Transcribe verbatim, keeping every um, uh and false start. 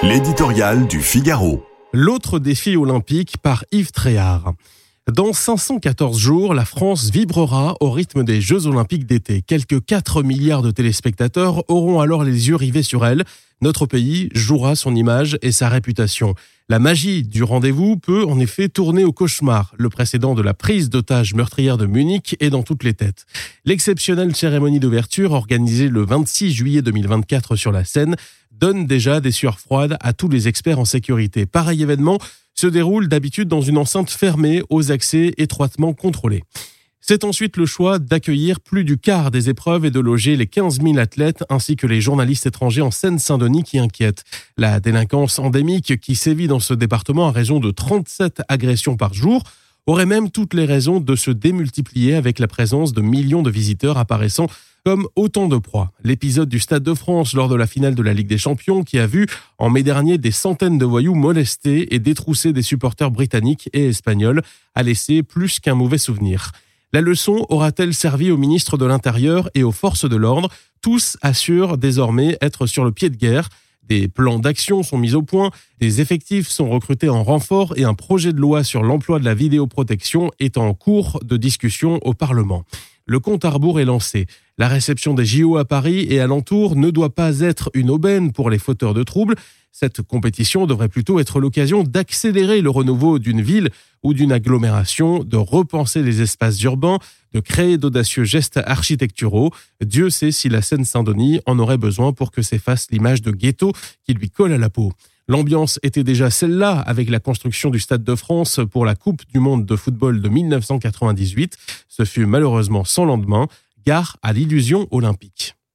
L'éditorial du Figaro. L'autre défi olympique par Yves Tréhard. Dans cinq cent quatorze jours, la France vibrera au rythme des Jeux Olympiques d'été. Quelques quatre milliards de téléspectateurs auront alors les yeux rivés sur elle. Notre pays jouera son image et sa réputation. La magie du rendez-vous peut en effet tourner au cauchemar. Le précédent de la prise d'otages meurtrière de Munich est dans toutes les têtes. L'exceptionnelle cérémonie d'ouverture organisée le vingt-six juillet deux mille vingt-quatre sur la Seine donne déjà des sueurs froides à tous les experts en sécurité. Pareil événement se déroule d'habitude dans une enceinte fermée aux accès étroitement contrôlés. C'est ensuite le choix d'accueillir plus du quart des épreuves et de loger les quinze mille athlètes ainsi que les journalistes étrangers en Seine-Saint-Denis qui inquiètent. La délinquance endémique qui sévit dans ce département à raison de trente-sept agressions par jour aurait même toutes les raisons de se démultiplier avec la présence de millions de visiteurs apparaissant comme autant de proies. L'épisode du Stade de France lors de la finale de la Ligue des Champions qui a vu en mai dernier des centaines de voyous molester et détrousser des supporters britanniques et espagnols a laissé plus qu'un mauvais souvenir. La leçon aura-t-elle servi au ministre de l'Intérieur et aux forces de l'ordre ? Tous assurent désormais être sur le pied de guerre. Des plans d'action sont mis au point, des effectifs sont recrutés en renfort et un projet de loi sur l'emploi de la vidéoprotection est en cours de discussion au Parlement. Le compte à rebours est lancé. La réception des J O à Paris et alentour ne doit pas être une aubaine pour les fauteurs de troubles. Cette compétition devrait plutôt être l'occasion d'accélérer le renouveau d'une ville ou d'une agglomération, de repenser les espaces urbains, de créer d'audacieux gestes architecturaux. Dieu sait si la Seine-Saint-Denis en aurait besoin pour que s'efface l'image de ghetto qui lui colle à la peau. L'ambiance était déjà celle-là avec la construction du Stade de France pour la Coupe du Monde de football de dix-neuf cent quatre-vingt-dix-huit. Ce fut malheureusement sans lendemain. Gare à l'illusion olympique.